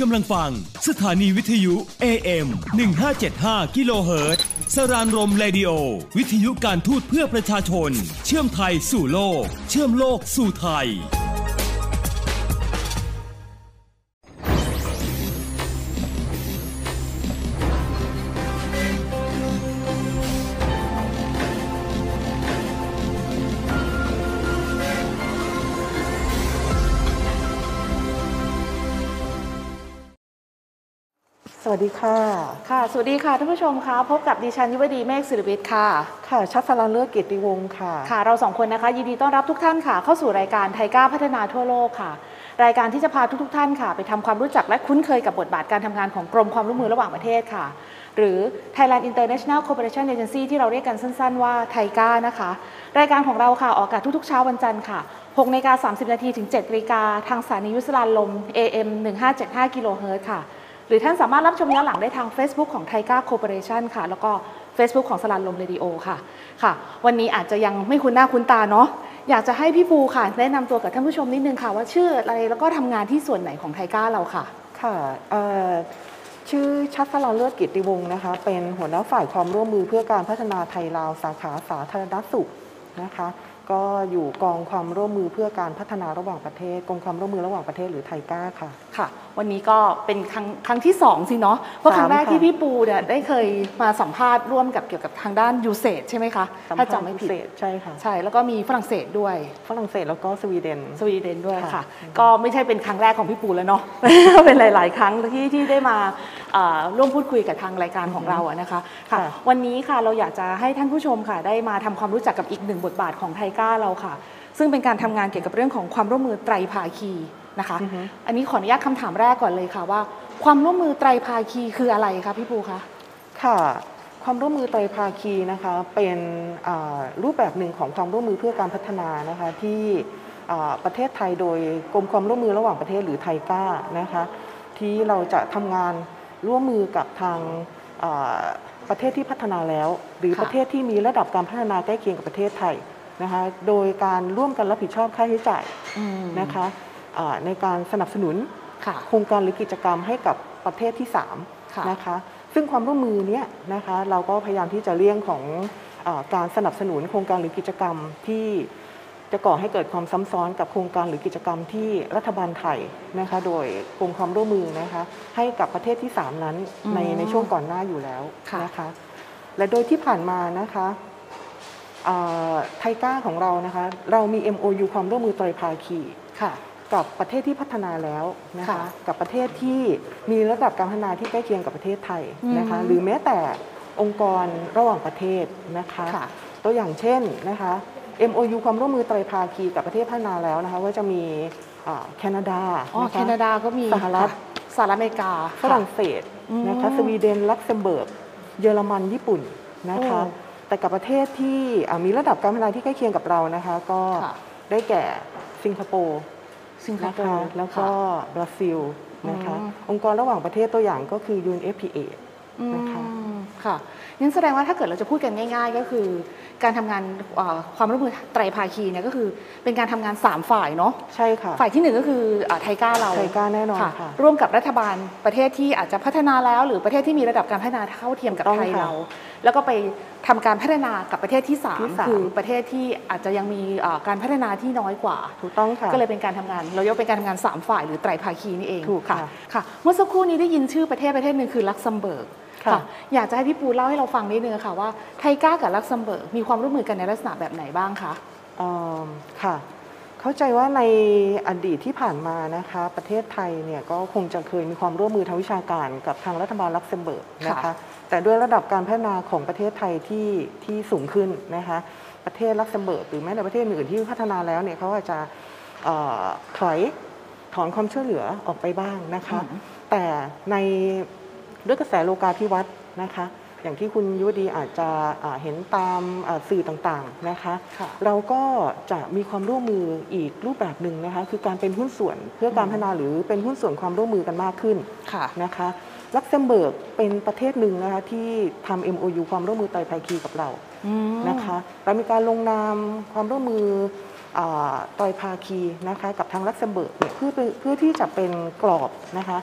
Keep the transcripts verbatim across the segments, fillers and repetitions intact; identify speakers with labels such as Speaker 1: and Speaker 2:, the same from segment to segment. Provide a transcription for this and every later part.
Speaker 1: กำลังฟังสถานีวิทยุ เอ เอ็ม หนึ่งห้าเจ็ดห้า กิโลเฮิรตซ์สรานรมเรดิโอวิทยุการทูตเพื่อประชาชนเชื่อมไทยสู่โลกเชื่อมโลกสู่ไทย
Speaker 2: สวัสดีค่ะ
Speaker 3: ค่ะสวัสดีค่ะท่านผู้ชมคะพบกับดิฉันยุวดีเมฆศิริวิทย์ค่ะ
Speaker 2: ค่ะชัชรเลิศเกียรติวงศ์ค่ะ
Speaker 3: ค่ะเราสองคนนะคะยินดีต้อนรับทุกท่านค่ะเข้าสู่รายการไทยก้าวพัฒนาทั่วโลกค่ะรายการที่จะพาทุกๆท่านค่ะไปทำความรู้จักและคุ้นเคยกับบทบาทการทำงานของกรมความร่วมมือระหว่างประเทศค่ะหรือ Thailand International Cooperation Agency ที่เราเรียกกันสั้นๆว่าไทก้านะคะรายการของเราค่ะออกอากาศทุกๆเช้าวันจันทร์ค่ะหกนาฬิกาสามสิบนาทีถึงเจ็ดนาฬิกาทางสถานีวิทยุสรานลม เอ เอ็ม หนึ่งห้าเจ็ดห้า กิโลเฮิรตซ์ค่ะหรือท่านสามารถรับชมย้อนหลังได้ทาง Facebook ของ Thaiga Corporation ค่ะแล้วก็ Facebook ของสรานลมเรดิโอค่ะค่ะวันนี้อาจจะยังไม่คุ้นหน้าคุ้นตาเนาะอยากจะให้พี่ปูค่ะแนะนำตัวกับท่านผู้ชมนิดนึงค่ะว่าชื่ออะไรแล้วก็ทำงานที่ส่วนไหนของ Thaiga เราค่ะ
Speaker 2: ค่ะชื่อชัชรเลิศเกียรติวงศ์นะคะเป็นหัวหน้าฝ่ายความร่วมมือเพื่อการพัฒนาไทยลาวสาขาสาธารณสุขนะคะก็อยู่กองความร่วมมือเพื่อการพัฒนาระหว่างประเทศกองความร่วมมือระหว่างประเทศหรือไทก้าค่ะ
Speaker 3: ค่ะวันนี้ก็เป็นครั้งครั้งที่สองสิเนาะเพราะครั้งแรกที่พี่ปูเนี่ยได้เคยมาสัมภาษณ์ร่วมกับเกี่ยวกับทางด้านยูเซดใช่ไหมคะถ้าจำไม่ผิด
Speaker 2: ใช่ค่ะ
Speaker 3: ใช่แล้วก็มีฝรั่งเศสด้วย
Speaker 2: ฝรั่งเศสแล้วก็สวีเดน
Speaker 3: สวีเดนด้วยค่ะก็ไม่ใช่เป็นครั้งแรกของพี่ปูแล้วเนาะเป็นหลายๆครั้งที่ที่ได้มาร่วมพูดคุยกับทางรายการของเราอะนะคะค่ะวันนี้ค่ะเราอยากจะให้ท่านผู้ชมค่ะได้มาทำความรู้จักกับอีกหนึ่งบทบาทของไทก้าเราค่ะซึ่งเป็นการทำงานเกี่ยวกับเรื่องของความร่วมมือไตรภาคีนะคะ uh-huh. อันนี้ขออนุญาตคำถามแรกก่อนเลยค่ะว่าความร่วมมือไตรภาคีคืออะไรคะพี่ปูคะ
Speaker 2: ค่ะความร่วมมือไตรภาคีนะคะเป็นรูปแบบหนึ่งของความร่วมมือเพื่อการพัฒนานะคะที่ประเทศไทยโดยกรมความร่วมมือระหว่างประเทศหรือไทก้านะคะที่เราจะทำงานร่วมมือกับทางประเทศที่พัฒนาแล้วหรือประเทศที่มีระดับการพัฒนาใกล้เคียงกับประเทศไทยนะคะโดยการร่วมกันรับผิดชอบค่าใช้จ่ายนะคะในการสนับสนุนโครงการหรือกิจกรรมให้กับประเทศที่สามนะคะซึ่งความร่วมมือนี้นะคะเราก็พยายามที่จะเลี่ยงของการสนับสนุนโครงการหรือกิจกรรมที่จะก่อให้เกิดความซ้ำซ้อนกับโครงการหรือกิจกรรมที่รัฐบาลไทยนะคะโดยกรมความร่วมมือนะคะให้กับประเทศที่สามนั้นในในช่วงก่อนหน้าอยู่แล้วนะคะและโดยที่ผ่านมานะคะไทก้าของเรานะคะเรามี เอ็ม โอ ยู ความร่วมมือไตรภาคีกับประเทศที่พัฒนาแล้วนะคะกับประเทศที่มีระดับการพัฒนาที่ใกล้เคียงกับประเทศไทยนะคะหรือแม้แต่องค์กรระหว่างประเทศนะคะตัวอย่างเช่นนะคะ เอ็ม โอ ยู ความร่วมมือไตรภาคีกับประเทศพัฒนาแล้วนะคะว่าจะมีแคนาดา
Speaker 3: อ๋อแคนาดาก็มี
Speaker 2: สหรัฐ
Speaker 3: สหรัฐอเมริกา
Speaker 2: ฝรั่งเศสนะคะสวีเดนลักเซมเบิร์กเยอรมันญี่ปุ่นนะคะแต่กับประเทศที่มีระดับการพัฒนาที่ใกล้เคียงกับเรานะคะก็ได้แก่สิงคโปร์นะคะแล้วก็บราซิลนะคะองค์กรระหว่างประเทศตัวอย่างก็คือ ยู เอ็น เอฟ พี เอ นะคะ
Speaker 3: ค่ะงั้นแสดงว่าถ้าเกิดเราจะพูดกันง่ายๆก็คือการทำงานความร่วมมือไตรภาคีเนี่ยก็คือเป็นการทำงานสามฝ่ายเนาะ
Speaker 2: ใช่ค่ะ
Speaker 3: ฝ่ายที่หนึ่งก็คือไทก้าเรา
Speaker 2: ไทก้าแน่นอนค่ะ
Speaker 3: ร่วมกับรัฐบาลประเทศที่อาจจะพัฒนาแล้วหรือประเทศที่มีระดับการพัฒนาเท่าเทียมกับไทยเราแล้วก็ไปทำการพัฒนากับประเทศที่สามคือประเทศที่อาจจะยังมีการพัฒนาที่น้อยกว่า
Speaker 2: ถูกต้องค่ะ
Speaker 3: ก็เลยเป็นการทำงานเรายกเป็นการทำงานสามฝ่ายหรือไตรภาคีนี่เอง
Speaker 2: ถูกค่ะ
Speaker 3: ค่ะเมื่อสักครู่นี้ได้ยินชื่อประเทศประเทศหนึ่งคือลักเซมเบิร์กค่ะอยากจะให้พี่ปูเล่าให้เราฟังนิดนึงค่ะว่าไทก้ากับลักเซมเบิร์กมีความร่วมมือกันในลักษณะแบบไหนบ้างคะ
Speaker 2: ค่ะเข้าใจว่าในอดีตที่ผ่านมานะคะประเทศไทยเนี่ยก็คงจะเคยมีความร่วมมือทางวิชาการกับทางรัฐบาลลักเซมเบิร์กนะคะแต่ด้วยระดับการพัฒนาของประเทศไทยที่ที่สูงขึ้นนะคะประเทศลักเซมเบิร์กหรือแม้แต่ประเทศอื่นที่พัฒนาแล้วเนี่ยเขาอาจจะถอยถอนความช่วยเหลือออกไปบ้างนะคะแต่ในด้วยกระแสโลกาภิวัตน์นะคะอย่างที่คุณยุวดีอาจจะเห็นตามสื่อต่างๆนะคะเราก็จะมีความร่วมมืออีกรูปแบบหนึ่งนะคะคือการเป็นหุ้นส่วนเพื่อการพัฒนาหรือเป็นหุ้นส่วนความร่วมมือกันมากขึ้นนะคะลักเซมเบิร์กเป็นประเทศหนึ่งนะคะที่ทำ เอ็ม โอ ยู ความร่วมมือไตรภาคีกับเรานะคะเรามีการลงนามความร่วมมือไตรภาคีนะคะกับทางลักเซมเบิร์กเนี่ยเพื่อเพื่อที่จะเป็นกรอบนะคะ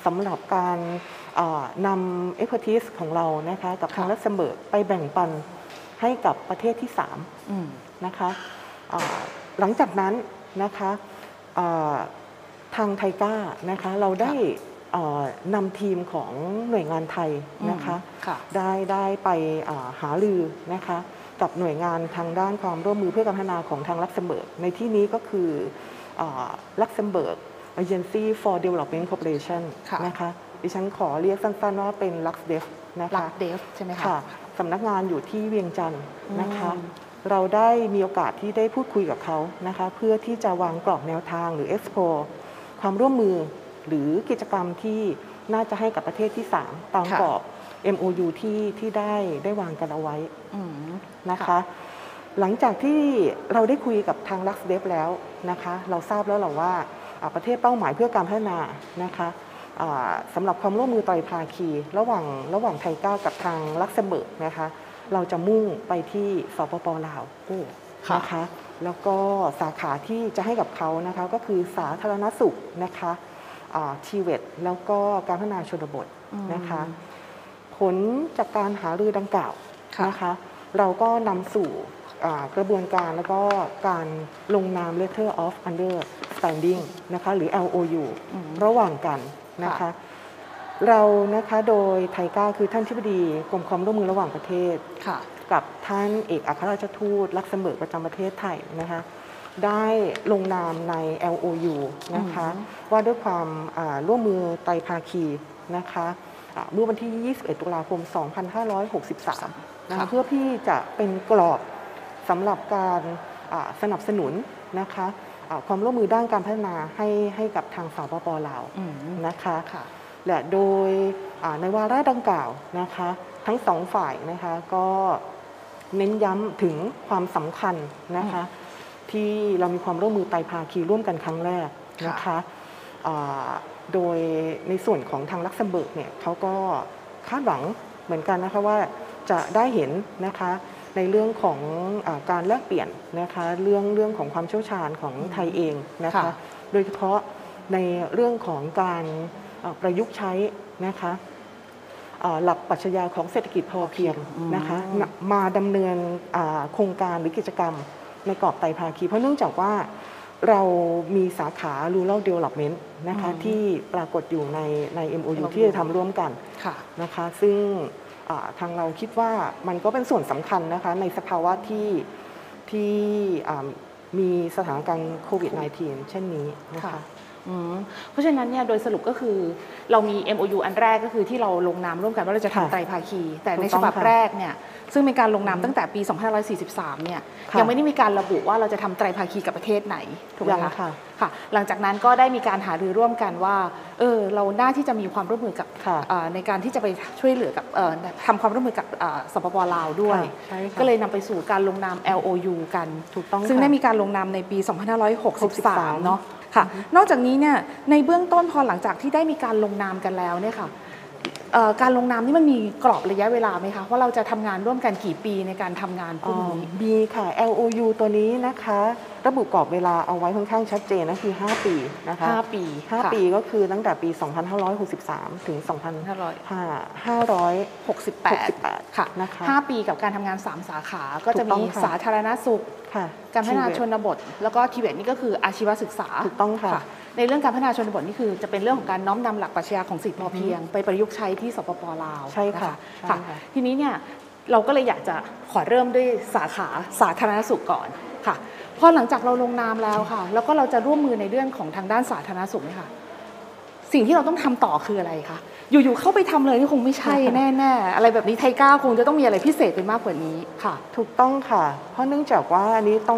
Speaker 2: สำหรับการนำ expertise ของเรานะคะกับทางลักเซมเบิร์กไปแบ่งปันให้กับประเทศที่สามนะคะหลังจากนั้นนะคะทางไทก้านะคะเราได้นำทีมของหน่วยงานไทยนะคะได้ได้ไปหารือนะคะกับหน่วยงานทางด้านความร่วมมือเพื่อการพัฒนาของทางลักเซมเบิร์กในที่นี้ก็คือลักเซมเบิร์ก Agency for Development Cooperation นะคะดิฉันขอเรียกสั้นๆว่าเป็น ลักซ์เดฟ นะคะ
Speaker 3: ลักซ์เดฟ ใช่ไหมคะ
Speaker 2: สำนักงานอยู่ที่เวียงจันทร์นะคะเราได้มีโอกาสที่ได้พูดคุยกับเขานะคะเพื่อที่จะวางกรอบแนวทางหรือ explore ความร่วมมือหรือกิจกรรมที่น่าจะให้กับประเทศที่สามตามกรอบ เอ็ม โอ ยู ที่ที่ได้ได้วางกันเอาไว้นะคะหลังจากที่เราได้คุยกับทาง ลักซ์เดฟ แล้วนะคะเราทราบแล้วหรอว่าประเทศเป้าหมายเพื่อการพัฒนานะคะสำหรับความร่วมมือไตรภาคีระหว่างระหว่างไทก้ากับทางลักเซมเบิร์กนะคะเราจะมุ่งไปที่สปป.ลาวนะคะแล้วก็สาขาที่จะให้กับเขานะคะก็คือสาธารณสุขนะคะทีเวตแล้วก็การพัฒนาชนบทนะคะผลจากการหารือดังกล่าวนะคะเราก็นำสู่กระบวนการแล้วก็การลงนาม Letter of Understanding นะคะหรือ แอล โอ ยู ระหว่างกันนะคะเรานะคะโดยไทก้าคือท่านทิบดีกรมความร่วมมือระหว่างประเทศกับท่านเอกอัครราชทูตลักเซมเบิร์กประจำประเทศไทยนะคะได้ลงนามใน แอล โอ ยู นะคะว่าด้วยความร่วมมือไตรภาคีนะคะเมื่อวันที่ยี่สิบเอ็ดตุลาคมสองพันห้าร้อยหกสิบสามนะคะเพื่อที่จะเป็นกรอบสำหรับการสนับสนุนนะคะความร่วมมือด้านการพัฒนาให้ให้กับทางสปป.ลาวนะคะและโดยในวาระดังกล่าวนะคะทั้งสองฝ่ายนะคะก็เน้นย้ำถึงความสำคัญนะคะที่เรามีความร่วมมือไตรภาคีร่วมกันครั้งแรกนะคะโดยในส่วนของทางลักเซมเบิร์กเนี่ยเขาก็คาดหวังเหมือนกันนะคะว่าจะได้เห็นนะคะในเรื่องของการแลกเปลี่ยนนะคะเรื่องเรื่องของความเชี่ยวชาญของไทยเองนะคะโดยเฉพาะในเรื่องของการประยุกต์ใช้นะคะหลักปรัชญาของเศรษฐกิจพอเพียงนะคะมาดำเนินโครงการหรือกิจกรรมในกรอบไตรภาคีเพราะเนื่องจากว่าเรามีสาขา Rural Development นะคะที่ปรากฏอยู่ในใน เอ็ม โอ ยู ที่จะทำร่วมกันนะคะซึ่งทางเราคิดว่ามันก็เป็นส่วนสำคัญนะคะในสภาวะที่ที่มีสถานการณ์โควิด สิบเก้า เช่นนี้นะคะ
Speaker 3: เพราะฉะนั้นเนี่ยโดยสรุปก็คือเรามี เอ็ม โอ ยู อันแรกก็คือที่เราลงนามร่วมกันว่าเราจะทำไตรภาคีแต่ในฉบับแรกเนี่ยซึ่งเป็นการลงนามตั้งแต่ปีสองพันห้าร้อยสี่สิบสามเนี่ยยังไม่ได้มีการระบุว่าเราจะทำไตรภาคีกับประเทศไหนถูกไหมคะค่ะหลังจากนั้นก็ได้มีการหารือร่วมกันว่าเออเราน่าที่จะมีความร่วมมือกับในการที่จะไปช่วยเหลือกับทำความร่วมมือกับสปป.ลาวด้วยก็เลยนำไปสู่การลงนาม แอล โอ ยู กันซึ่งได้มีการลงนามในปีสองพันห้าร้อยหกสิบสามเนาะค่ะนอกจากนี้เนี่ยในเบื้องต้นพอหลังจากที่ได้มีการลงนามกันแล้วเนี่ยค่ะการลงนามนี่มันมีกรอบระยะเวลาไหมคะว่าเราจะทำงานร่วมกันกี่ปีในการทำงานพวกนี้
Speaker 2: มีค่ะ แอล โอ ยู ตัวนี้นะคะระบุกรอบเวลาเอาไว้ค่อนข้างชัดเจนนะคือห้าปีนะคะ
Speaker 3: ห้าปี
Speaker 2: ห้าปีก็คือตั้งแต่ปีสองพันห้าร้อยหกสิบสามถึงสองพันห้าร้อยหกสิบแปด
Speaker 3: ค่ะนะคะห้าปีกับการทำงานสามสาขาก็จะมีสาธารณสุขการพัฒนาชนบทแล้วก็ทีเวตนี่ก็คืออาชีวศึกษา
Speaker 2: ถูกต้องค่ะ
Speaker 3: ในเรื่องการพัฒนาชนบทนี่คือจะเป็นเรื่องของการน้อมนำหลักปรัชญาของเศรษฐกิจพอเพียงไปประยุกต์ใช้ที่สปป.ลาว
Speaker 2: ใช่ค่ะ
Speaker 3: ค่ะทีนี้เนี่ยเราก็เลยอยากจะขอเริ่มด้วยสาขาสาธารณสุขก่อนค่ะพอหลังจากเราลงนามแล้วค่ะแล้วก็เราจะร่วมมือในเรื่องของทางด้านสาธารณสุขนี่ค่ะสิ่งที่เราต้องทำต่อคืออะไรคะอยู่ๆเข้าไปทำเลยนี่คงไม่ใช่แน่ๆอะไรแบบนี้ไทก้าคงจะต้องมีอะไรพิเศษไปมากกว่านี้ค่ะ
Speaker 2: ถูกต้องค่ะเพราะเนื่องจากว่าอันนี้ต้อง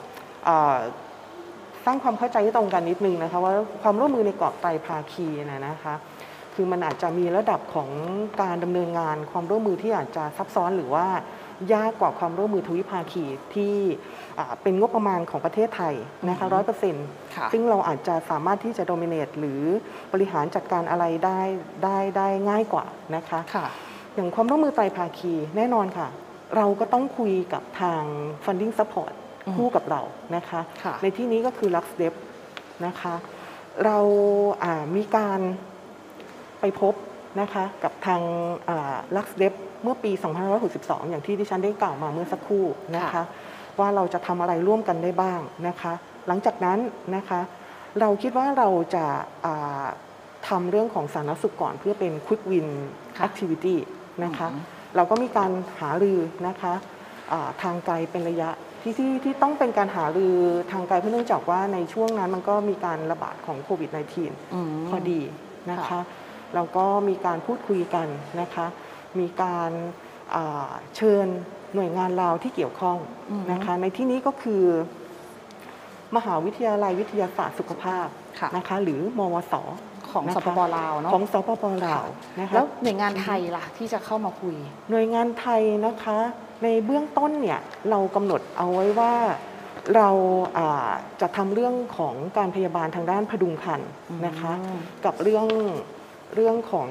Speaker 2: สร้างความเข้าใจที่ตรงกันนิดนึงนะคะว่าความร่วมมือในกรอบไตรภาคีนะนะคะคือมันอาจจะมีระดับของการดำเนินงานความร่วมมือที่อาจจะซับซ้อนหรือว่ายากกว่าความร่วมมือทวิภาคีที่เป็นงบประมาณของประเทศไทยนะคะร้อยเปอร์เซ็นต์ซึ่งเราอาจจะสามารถที่จะโดมิเนตหรือบริหารจัดการอะไรได้ได้ได้ง่ายกว่านะคะอย่างความร่วมมือไตรภาคีแน่นอนค่ะเราก็ต้องคุยกับทาง funding support คู่กับเรานะคะในที่นี้ก็คือ ลักซ์เดฟ นะคะเรามีการพบนะคะกับทางลักซ์เดฟเมื่อปี สองพันห้าร้อยหกสิบสอง อย่างที่ดิฉันได้กล่าวมาเมื่อสักครู่นะคะว่าเราจะทำอะไรร่วมกันได้บ้างนะคะหลังจากนั้นนะคะเราคิดว่าเราจะทำเรื่องของสาธารณสุขก่อนเพื่อเป็น Quick Win Activity นะคะเราก็มีการหารือนะคะทางไกลเป็นระยะที่ที่ที่ต้องเป็นการหารือทางไกลเพราะเนื่องจากว่าในช่วงนั้นมันก็มีการระบาดของโควิด สิบเก้า พอดีนะคะเราก็มีการพูดคุยกันนะคะมีการเชิญหน่วยงานเราที่เกี่ยวข้องนะคะในที่นี้ก็คือมหาวิทยาลัยวิทยาศาสตร์สุขภาพนะคะหรือมวส.
Speaker 3: ของสปป.ลาวเนาะ
Speaker 2: ของสปป.ลาวนะคะ
Speaker 3: แล้วหน่วยงานไทยล่ะที่จะเข้ามาคุย
Speaker 2: หน่วยงานไทยนะคะในเบื้องต้นเนี่ยเรากำหนดเอาไว้ว่าเราจะทำเรื่องของการพยาบาลทางด้านพดุงครรภ์นะคะกับเรื่องเรื่องของ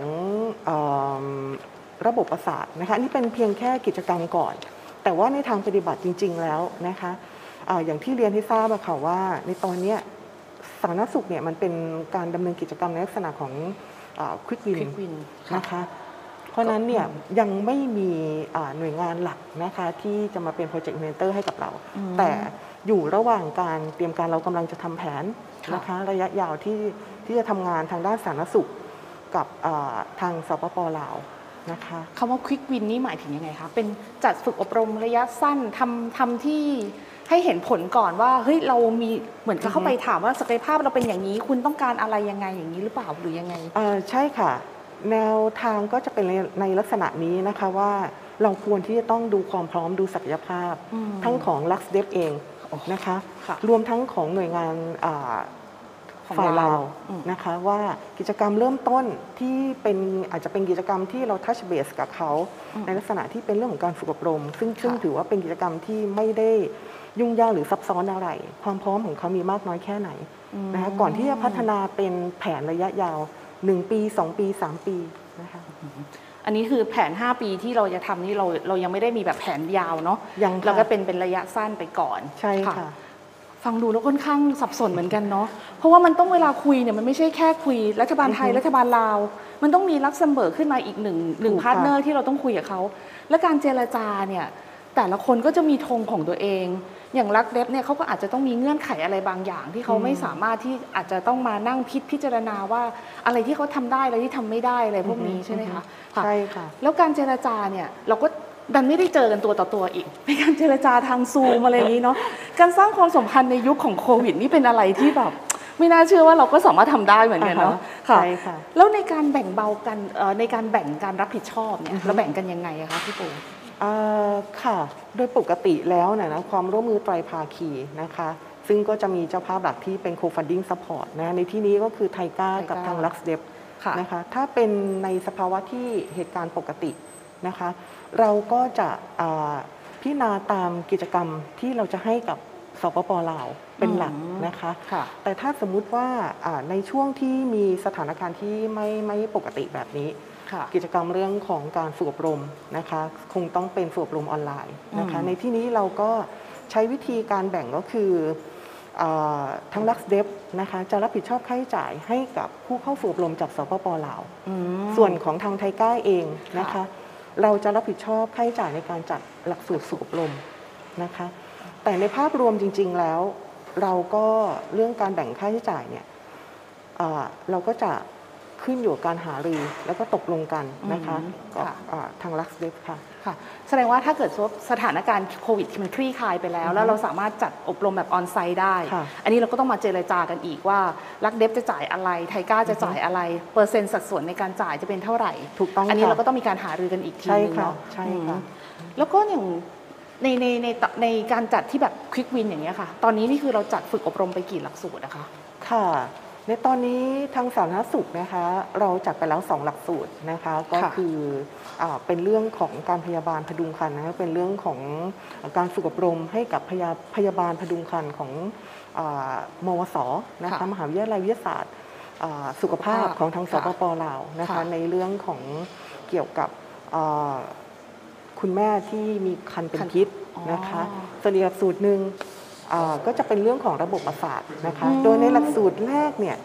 Speaker 2: ระบบประสาทนะคะนี่เป็นเพียงแค่กิจกรรมก่อนแต่ว่าในทางปฏิบัติจริงๆแล้วนะคะอย่างที่เรียนให้ทราบค่ะว่าในตอนนี้สาธารณสุขเนี่ยมันเป็นการดำเนินกิจกรรมในลักษณะของ Quick Win นะคะเพราะนั้นเนี่ยยังไม่มีหน่วยงานหลักนะคะที่จะมาเป็น Project Manager ให้กับเราแต่อยู่ระหว่างการเตรียมการเรากำลังจะทำแผนนะคะระยะยาวที่ที่จะทำงานทางด้านสาธารณสุขกับทางสปป.ลาวนะคะ
Speaker 3: คำว่า Quick Win นี่หมายถึงยังไงคะเป็นจัดฝึกอบรมระยะสั้นทำทำที่ให้เห็นผลก่อนว่าเฮ้ยเรามีเหมือนกับเข้าไปถามว่าศักยภาพเราเป็นอย่างนี้คุณต้องการอะไรยังไงอย่างนี้หรือเปล่าหรือยังไง
Speaker 2: ใช่ค่ะแนวทางก็จะเป็นในลักษณะนี้นะคะว่าเราควรที่จะต้องดูความพร้อมดูศักยภาพทั้งของ ลักซ์เดฟ เองนะคะรวมทั้งของหน่วยงานฝ่ายเรานะคะว่ากิจกรรมเริ่มต้นที่เป็นอาจจะเป็นกิจกรรมที่เราทัชเบสกับเขาในลักษณะที่เป็นเรื่องของการฝึกอบรมซึ่งซึ่งถือว่าเป็นกิจกรรมที่ไม่ได้ยุ่งยากหรือซับซ้อนอะไรความพร้อมของเขามีมากน้อยแค่ไหนนะคะก่อนที่จะพัฒนาเป็นแผนระยะยาวหนึ่งปีสองปีสามปีนะคะ
Speaker 3: อันนี้คือแผนห้าปีที่เราจะทำนี่เราเรายังไม่ได้มีแบบแผนยาวเนาะเราก็เป็นเป็นระยะสั้นไปก่อน
Speaker 2: ใช่ค่ะ
Speaker 3: ฟังดูแล้วค่อนข้างสับสนเหมือนกันเนาะเพราะว่ามันต้องเวลาคุยเนี่ยมันไม่ใช่แค่คุยรัฐบาลไทยรัฐบาลลาวมันต้องมีลักเซมเบิร์กขึ้นมาอีกหนึ่งหนึ่งพาร์ทเนอร์ที่เราต้องคุยกับเขาและการเจรจาเนี่ยแต่ละคนก็จะมีธงของตัวเองอย่างลักเดฟเนี่ยเขาก็อาจจะต้องมีเงื่อนไขอะไรบางอย่างที่เขาไม่สามารถที่อาจจะต้องมานั่งพิจพิจารณาว่าอะไรที่เขาทำได้อะไรที่ทำไม่ได้อะไรพวกนี้ใช่ไหมคะ
Speaker 2: ใช่ค่ะ
Speaker 3: แล้วการเจรจาเนี่ยเราก็ดันไม่ได้เจอกันตัวต่อตัวอีกเป็นการเจรจาทางซูมอะไรอย่างนี้เนาะการสร้างความสัมพันธ์ในยุคของโควิดนี่เป็นอะไรที่แบบไม่น่าเชื่อว่าเราก็สามารถทำได้เหมือนกันเนาะ
Speaker 2: ค่ะ
Speaker 3: แล้วในการแบ่งเบากันในการแบ่งการรับผิดชอบเนี่ยเราแบ่งกันยังไงคะพี่ปู
Speaker 2: ค่ะโดยปกติแล้วนะนะความร่วมมือไตรภาคีนะคะซึ่งก็จะมีเจ้าภาพหลักที่เป็น co-funding support นะในที่นี้ก็คือไทก้ากับทาง ลักซ์เดฟ นะคะถ้าเป็นในสภาวะที่เหตุการณ์ปกตินะคะเราก็จะพิจารณาตามกิจกรรมที่เราจะให้กับสปป.ลาวเป็นหลักนะคะแต่ถ้าสมมุติว่าในช่วงที่มีสถานการณ์ที่ไม่ไม่ปกติแบบนี้กิจกรรมเรื่องของการฝึกอบรมนะคะคงต้องเป็นฝึกอบรมออนไลน์นะคะในที่นี้เราก็ใช้วิธีการแบ่งก็คือทั้ง ลักซ์เดฟ นะคะจะรับผิดชอบค่าใช้จ่ายให้กับผู้เข้าฝึกอบรมจากสปป.ลาวส่วนของทางไทก้าเองนะคะเราจะรับผิดชอบค่าใช้จ่ายในการจัดหลักสูตรฝึกอบรมนะคะแต่ในภาพรวมจริงๆแล้วเราก็เรื่องการแบ่งค่าใช้จ่ายเนี่ยเราก็จะขึ้นอยู่กับการหารือแล้วก็ตกลงกันนะคะกับทาง ลักซ์เดฟ ค่ะ
Speaker 3: ค่ะแสดงว่าถ้าเกิดสถานการณ์โควิดมันคลี่คลายไปแล้วแล้วเราสามารถจัดอบรมแบบออนไซต์ได้อันนี้เราก็ต้องมาเจรจากันอีกว่า ลักซ์เดฟ จะจ่ายอะไรไทก้าจะจ่ายอะไรเปอร์เซ็นต์สัดส่วนในการจ่ายจะเป็นเท่าไหร่
Speaker 2: ถูกต้อง
Speaker 3: อันนี้เราก็ต้องมีการหารือกันอีกทีนึงเนาะ
Speaker 2: ใช่ค่ะ
Speaker 3: แล้วก็อย่างในในในในการจัดที่แบบควิกวินอย่างเงี้ยค่ะตอนนี้นี่คือเราจัดฝึกอบรมไปกี่หลักสูตรนะคะ
Speaker 2: ค่ะในตอนนี้ทางสาธารณสุขนะคะเราจัดไปแล้วสองหลักสูตรนะคะก็คือเป็นเรื่องของการพยาบาลพดุงครรภ์นะคะเป็นเรื่องของการฝึกอบรมให้กับพยาพยาบาลพดุงครรภ์ของมวส.นะคะมหาวิทยาลัยวิทยาศาสตร์สุขภาพของทางสปป.ลาวนะคะในเรื่องของเกี่ยวกับคุณแม่ที่มีครรภ์เป็นพิษนะคะส่วนอีกหลักสูตรหนึ่งก็จะเป็นเรื่องของระบบประสาทนะคะโดยในหลักสูตรแรกเนี่ย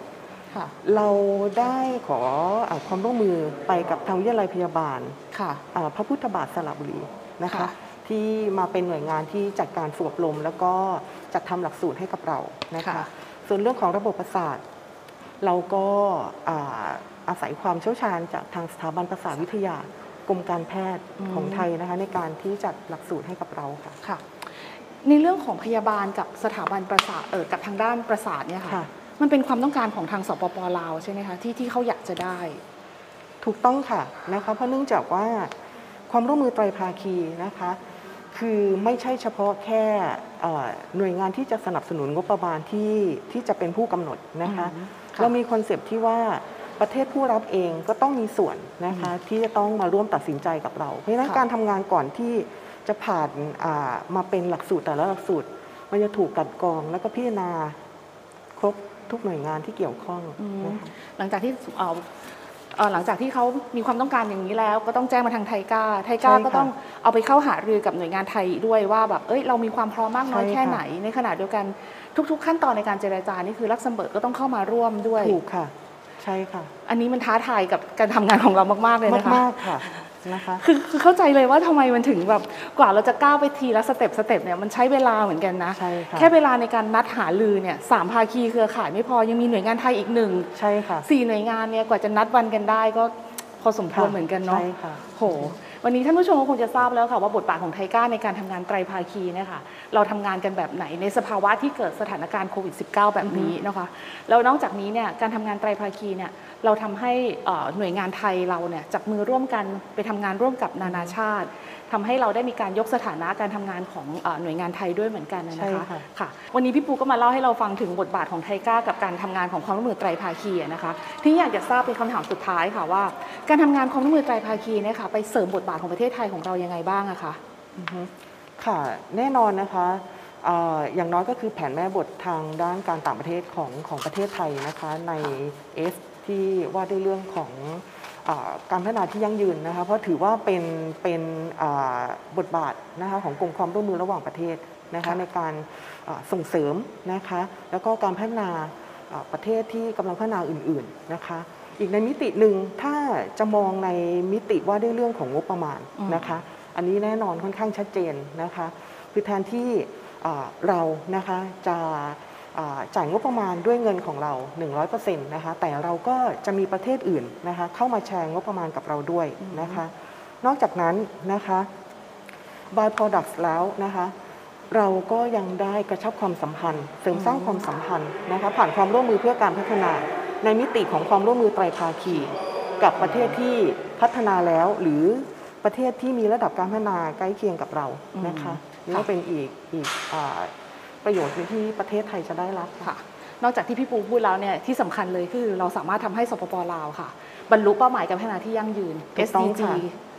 Speaker 2: เราได้ขอความร่วมมือไปกับทางวิทยาลัยพยาบาลพระพุทธบาทสระบุรีนะคะที่มาเป็นหน่วยงานที่จัดการฝึกอบรมแล้วก็จัดทำหลักสูตรให้กับเรานะคะส่วนเรื่องของระบบประสาทเราก็อาศัยความเชี่ยวชาญจากทางสถาบันประสาทวิทยากรมการแพทย์ของไทยนะคะในการที่จัดหลักสูตรให้กับเราค่ะ
Speaker 3: ค่ะในเรื่องของพยาบาลกับสถาบันประสาทเออกับทางด้านประสาทเนี่ยค่ะมันเป็นความต้องการของทางสปป.ลาวใช่ไหมคะที่ที่เขาอยากจะได้
Speaker 2: ถูกต้องค่ะนะคะเพราะเนื่องจากว่าความร่วมมือไตรภาคีนะคะคือไม่ใช่เฉพาะแค่หน่วยงานที่จะสนับสนุนงบประมาณที่ที่จะเป็นผู้กำหนดนะคะเรามีคอนเซปต์ที่ว่าประเทศผู้รับเองก็ต้องมีส่วนนะคะที่จะต้องมาร่วมตัดสินใจกับเราเพราะฉะนั้นการทำงานก่อนที่จะผ่านมาเป็นหลักสูตรแต่ละหลักสูตรมันจะถูกกัดกรองแล้วก็พิจารณาครบทุกหน่วยงานที่เกี่ยวข้องนะคะ
Speaker 3: หลังจากที่เอาหลังจากที่เขามีความต้องการอย่างนี้แล้วก็ต้องแจ้งมาทางไทก้าไทก้าก็ต้องเอาไปเข้าหารือกับหน่วยงานไทยด้วยว่าแบบเอ้ยเรามีความพร้อมมากน้อยแค่ไหนในขณะเดียวกันทุกๆขั้นตอนในการเจรจานี่คือลักเซมเบิร์กก็ต้องเข้ามาร่วมด้วย
Speaker 2: ถูกค่ะใช่ค่ะ
Speaker 3: อันนี้มันท้าทายกับการทำงานของเรามากๆเลยนะคะ
Speaker 2: มากๆค่ะนะคะ
Speaker 3: คือคือเข้าใจเลยว่าทำไมมันถึงแบบกว่าเราจะก้าวไปทีละสเต็ปสเต็ปเนี่ยมันใช้เวลาเหมือนกันนะแค่เวลาในการนัดหารือเนี่ยสามภาคีเครือข่ายไม่พอยังมีหน่วยงานไทยอีกหนึ่ง
Speaker 2: ใช่ค่ะ
Speaker 3: สี่หน่วยงานเนี่ยกว่าจะนัดวันกันได้ก็พอสมควรเหมือนกันเนาะ
Speaker 2: ใช่ค่ะ
Speaker 3: โหวันนี้ท่านผู้ชมก็คงจะทราบแล้วค่ะว่าบทบาทของไทก้าในการทำงานไตรภาคีเนี่ยค่ะเราทำงานกันแบบไหนในสภาวะที่เกิดสถานการณ์โควิด สิบเก้า แบบนี้นะคะแล้วนอกจากนี้เนี่ยการทำงานไตรภาคีเนี่ยเราทำให้หน่วยงานไทยเราเนี่ยจับมือร่วมกันไปทำงานร่วมกับนานาชาติทำให้เราได้มีการยกสถานะการทำงานของหน่วยงานไทยด้วยเหมือนกันนะคะค่ะวันนี้พี่ปูก็มาเล่าให้เราฟังถึงบทบาทของไทก้ากับการทำงานของความร่วมมือไตรภาคีนะคะที่อยากจะทราบเป็นคำถามสุดท้ายค่ะว่าการทำงานความร่วมมือไตรภาคีเนี่ยค่ะไปเสริมบทบาทของประเทศไทยของเรายังไงบ้างอะคะ
Speaker 2: ค่ะแน่นอนนะคะอย่างน้อยก็คือแผนแม่บททางด้านการต่างประเทศของของประเทศไทยนะคะใน S ที่ว่าด้วยเรื่องของการพัฒนาที่ยั่งยืนนะคะเพราะถือว่าเป็นเป็นบทบาทนะคะของกรมความร่วมมือระหว่างประเทศนะคะในการส่งเสริมนะคะแล้วก็การพัฒนาประเทศที่กำลังพัฒนาอื่นๆนะคะอีกในมิติหนึ่งถ้าจะมองในมิติว่าด้วยเรื่องของงบประมาณนะคะอันนี้แน่นอนค่อนข้างชัดเจนนะคะคือแทนที่เรานะคะจะจ่ายงบประมาณด้วยเงินของเรา หนึ่งร้อยเปอร์เซ็นต์ นะคะแต่เราก็จะมีประเทศอื่นนะคะเข้ามาแชร์งบประมาณกับเราด้วยนะคะนอกจากนั้นนะคะ by products แล้วนะคะเราก็ยังได้กระชับความสัมพันธ์เสริมสร้างความสัมพันธ์นะคะผ่านความร่วมมือเพื่อการพัฒนาในมิติของความร่วมมือไตรภาคีกับประเทศที่พัฒนาแล้วหรือประเทศที่มีระดับการพัฒนาใกล้เคียงกับเรานะคะนี่ก็เป็นอีกอีกประโยชน์ที่ประเทศไทยจะได้รับ
Speaker 3: ค่ะนอกจากที่พี่ปูพูดแล้วเนี่ยที่สำคัญเลยคือเราสามารถทำให้สปป.ลาวค่ะบรรลุเป้าหมายการพัฒนาที่ยั่งยืน เอส ดี จี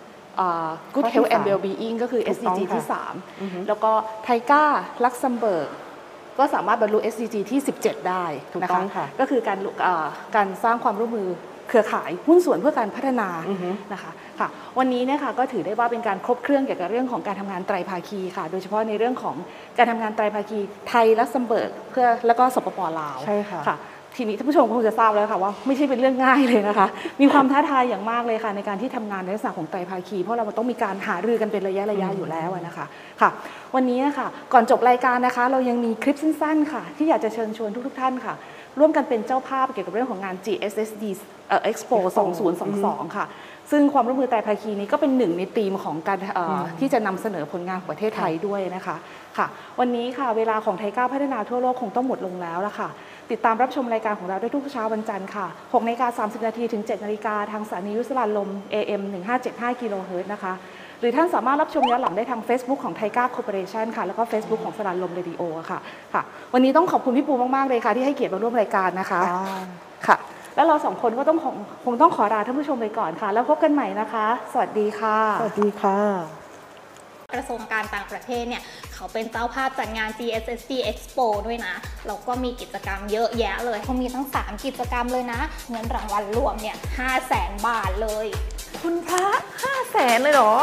Speaker 3: Good Health and Well-being ก็คือ เอส ดี จี ที่สามแล้วก็ไทก้าลักเซมเบิร์กก็สามารถบรรลุ เอส ดี จี ที่สิบเจ็ดได้นะคะก็คือการการสร้างความร่วมมือเครือข่ายหุ้นส่วนเพื่อการพัฒนานะคะค่ะวันนี้เนี่ยค่ะก็ถือได้ว่าเป็นการครบเครื่องเกี่ยวกับเรื่องของการทำงานไตรภาคีค่ะโดยเฉพาะในเรื่องของการทำงานไตรภาคีไทยลักเซมเบิร์กเพื่อแล้วก็สปป.ลาว
Speaker 2: ใช่ค่ะ
Speaker 3: ค่ะทีนี้ท่านผู้ชมคงจะทราบแล้วค่ะว่าไม่ใช่เป็นเรื่องง่ายเลยนะคะมีความท้าทายอย่างมากเลยค่ะในการที่ทำงานในลักษณะของไตรภาคีเพราะเราต้องมีการหารือกันเป็นระยะระยะอยู่แล้วนะคะค่ะวันนี้นะคะก่อนจบรายการนะคะเรายังมีคลิปสั้นๆค่ะที่อยากจะเชิญชวนทุกๆท่านค่ะร่วมกันเป็นเจ้าภาพเกี่ยวกับเรื่องของงาน จี เอส เอส ดี เอ่อ Expo สองพันยี่สิบสองค่ะซึ่งความร่วมมือไตรภาคีนี้ก็เป็นหนึ่งในธีมของการที่จะนำเสนอผลงานของประเทศไทยด้วยนะคะค่ะวันนี้ค่ะเวลาของไทก้าพัฒนาทั่วโลกคงต้องหมดลงแล้วละค่ะติดตามรับชมรายการของเราได้ทุกเช้าวันจันทร์ค่ะหกนาฬิกาสามสิบนาทีถึงเจ็ดนาฬิกาทางสถานีวิทยุสลันลม เอ เอ็ม หนึ่งห้าเจ็ดห้า กิโลเฮิรตซ์นะคะหรือท่านสามารถรับชมย้อนหลังได้ทาง Facebook ของไทก้าคอร์ปอเรชั่นค่ะแล้วก็ Facebook ของสลันลมเรดิโอค่ะค่ะวันนี้ต้องขอบคุณพี่ปูมากๆเลยค่ะที่ให้เกียรติมาร่วมรายการนะคะค่ะแล้วเราสองคนก็ต้องคงต้องขอลาท่านผู้ชมไปก่อนค่ะแล้วพบกันใหม่นะคะสวัสดีค่ะ
Speaker 2: สวัสดีค่ะ
Speaker 4: กระทรวงการต่างประเทศเนี่ยเขาเป็นเจ้าภาพจัดงาน จี เอส เอส ดี Expo ด้วยนะแล้วก็มีกิจกรรมเยอะแยะเลยเขามีทั้งสามกิจกรรมเลยนะเงินรางวัลรวมเนี่ย ห้าแสน บาทเลย
Speaker 3: คุณพระห้าแสนเลยเหรอ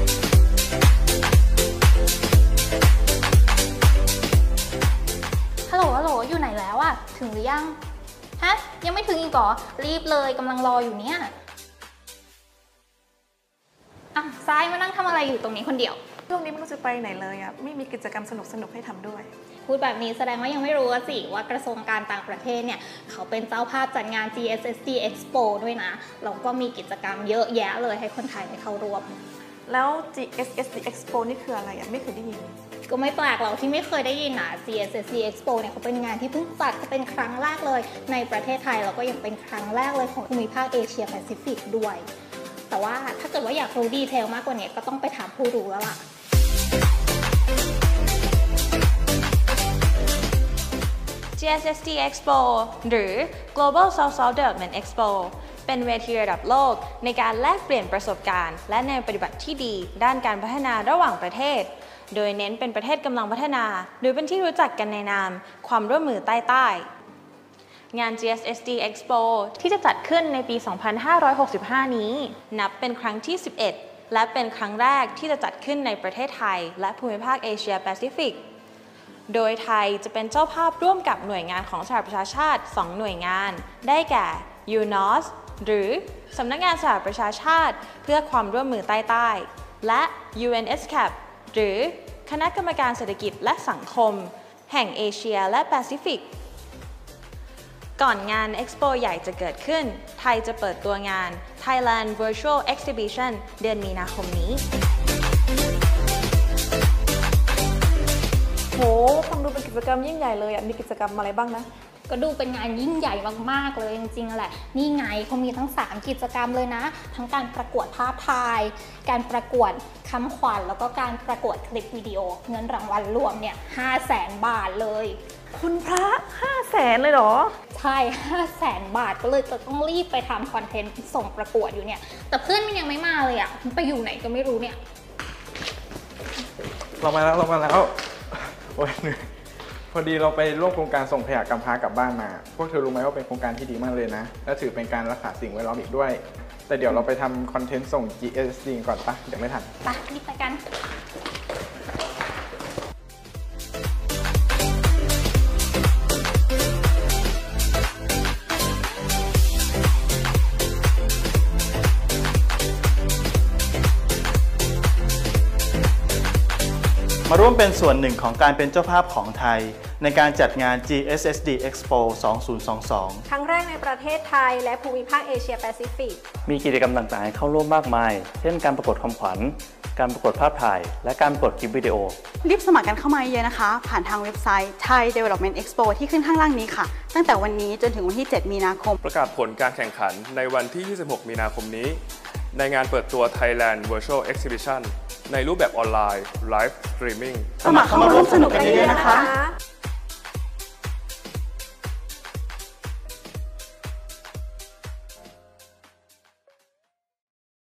Speaker 4: ฮัลโหลถึงหรือยังฮะยังไม่ถึงอีกเหรอรีบเลยกำลังรออยู่เนี่ยอ่ะซ้ายมานั่งทำอะไรอยู่ตรงนี้คนเดียว
Speaker 5: ช่วงนี้ไม่รู้จะไปไหนเลยอ่ะไม่มีกิจกรรมสนุกๆให้ทำด้วย
Speaker 4: พูดแบบนี้แสดงว่ายังไม่รู้สิว่ากระทรวงการต่างประเทศเนี่ยเขาเป็นเจ้าภาพจัดงาน จี เอส เอส ดี Expo ด้วยนะแล้วก็มีกิจกรรมเยอะแยะเลยให้คนไทยได้เข้าร่วม
Speaker 5: แล้ว จี เอส เอส ดี Expo นี่คืออะไรอ่ะไม่เคยได้ยิน
Speaker 4: ก็ไม่แปลกหรอกที่ไม่เคยได้ยินนะ จี เอส เอส ดี Expo เนี่ยเขาเป็นงานที่เพิ่งจัดเป็นครั้งแรกเลยในประเทศไทยแล้วก็ยังเป็นครั้งแรกเลยของภูมิภาคเอเชียแปซิฟิกด้วยแต่ว่าถ้าเกิดว่าอยากรู้ดีเทลมากกว่านี้ก็ต้องไปถามผู้รู้แล้วล่ะ
Speaker 6: จี เอส เอส ดี Expo หรือ Global South-South Development Expo เป็นเวทีระดับโลกในการแลกเปลี่ยนประสบการณ์และแนวปฏิบัติที่ดีด้านการพัฒนาระหว่างประเทศโดยเน้นเป็นประเทศกำลังพัฒนาหรือเป็นที่รู้จักกันในนามความร่วมมือใต้ๆงาน จี เอส เอส ดี Expo ที่จะจัดขึ้นในปี สองพันห้าร้อยหกสิบห้า นี้นับเป็นครั้งที่ สิบเอ็ด และเป็นครั้งแรกที่จะจัดขึ้นในประเทศไทยและภูมิภาคเอเชียแปซิฟิกโดยไทยจะเป็นเจ้าภาพร่วมกับหน่วยงานของสหประชาชาติ สอง หน่วยงานได้แก่ ยู เอ็น โอ เอส หรือสำนักงานสหประชาชาติเพื่อความร่วมมือใต้ๆและ ยู เอ็น เอส ซี เอ พี หรือคณะกรรมการเศรษฐกิจและสังคมแห่งเอเชียและแปซิฟิกก่อนงาน Expo ใหญ่จะเกิดขึ้นไทยจะเปิดตัวงาน Thailand Virtual Exhibition เดือนมีนาคมนี้
Speaker 5: โหฟังดูเป็นกิจกรรมยิ่งใหญ่เลยอ่ะมีกิจกรรมอะไรบ้างนะ
Speaker 4: ก็ดูเป็นงานยิ่งใหญ่มากๆเลยจริงๆแหละนี่ไงเขามีทั้งสามกิจกรรมเลยนะทั้งการประกวดภาพถ่ายการประกวดคำขวัญแล้วก็การประกวดคลิปวิดีโอเงินรางวัลรวมเนี่ยห้าแสนบาทเลย
Speaker 5: คุณพระห้าแสนเลยเหรอ
Speaker 4: ใช่ห้าแสนบาทก็เลยจะต้องรีบไปทำคอนเทนต์ส่งประกวดอยู่เนี่ยแต่เพื่อนมันยังไม่มาเลยอ่ะมันไปอยู่ไหนก็ไม่รู้เนี่ย
Speaker 7: เรามาแล้วเรามาแล้วโอ้ยเหนื่อยพอดีเราไปร่วมโครงการส่งขยะกำพร้ากลับบ้านมาพวกเธอรู้ไหมว่าเป็นโครงการที่ดีมากเลยนะและถือเป็นการรักษาสิ่งแวดล้อมอีกด้วยแต่เดี๋ยวเราไปทำคอนเทนต์ส่ง จี เอส ดี ก่อนปะเดี๋ยวไม่ทัน
Speaker 4: ไปรีบไปกัน
Speaker 8: มาร่วมเป็นส่วนหนึ่งของการเป็นเจ้าภาพของไทยในการจัดงาน จี เอส เอส ดี Expo สองพันยี่สิบสอง
Speaker 9: ครั้งแรกในประเทศไทยและภูมิภาคเอเชียแปซิฟิก
Speaker 10: มีกิจกรรมต่างๆให้เข้าร่วมมากมายเช่นการประกวดคำขวัญการประกวดภาพถ่ายและการประกวดคลิปวิดีโอ
Speaker 11: รีบสมัครกันเข้ามาเยอะนะคะผ่านทางเว็บไซต์ Thai Development Expo ที่ขึ้นข้างล่างนี้ค่ะตั้งแต่วันนี้จนถึงวันที่เจ็ดมีนาคม
Speaker 12: ประกาศผลการแข่งขันในวันที่ยี่สิบหกมีนาคมนี้ในงานเปิดตัว Thailand Virtual Exhibition ในรูปแบบออนไลน์ Live Streaming
Speaker 11: สมัครเข้ามาร่วมสนุกกันเยอะๆนะคะ